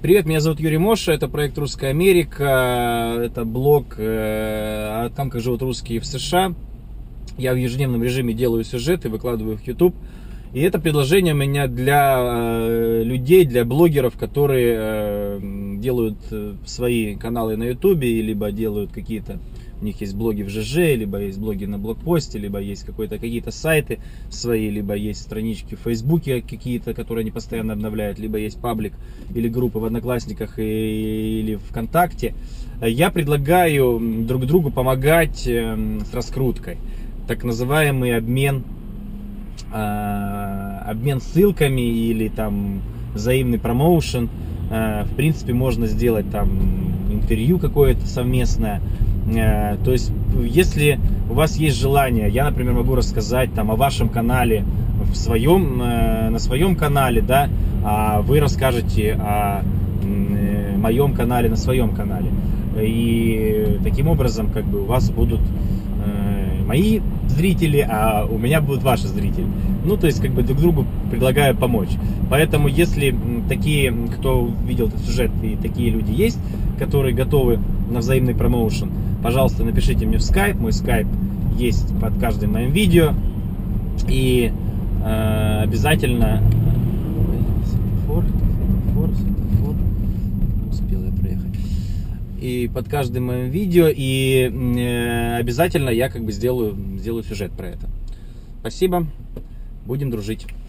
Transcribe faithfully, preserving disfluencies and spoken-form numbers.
Привет, меня зовут Юрий Моша, это проект «Русская Америка», это блог о том, как живут русские в США. Я в ежедневном режиме делаю сюжеты, выкладываю их в YouTube. И это предложение у меня для людей, для блогеров, которые делают свои каналы на YouTube, либо делают какие-то, у них есть блоги в ЖЖ, либо есть блоги на блогпосте, либо есть какие-то какие-то сайты свои, либо есть странички в Фейсбуке какие-то, которые они постоянно обновляют, либо есть паблик или группы в Одноклассниках или ВКонтакте. Я предлагаю друг другу помогать с раскруткой, так называемый обмен обмен ссылками или там взаимный промоушен. В принципе, можно сделать там интервью какое-то совместное. То есть, если у вас есть желание, я, например, могу рассказать там о вашем канале в своем, на своем канале, да, а вы расскажете о моем канале на своем канале. И таким образом, как бы, у вас будут мои зрители, а у меня будут ваши зрители. Ну, то есть, как бы, друг другу предлагаю помочь. Поэтому, если такие, кто видел этот сюжет, и такие люди есть, которые готовы на взаимный промоушен, пожалуйста, напишите мне в скайп. Мой скайп есть под каждым моим видео. И э, обязательно... Светофор, светофор, светофор. Успел я проехать. И под каждым моим видео, и э, обязательно я как бы сделаю, сделаю сюжет про это. Спасибо, будем дружить.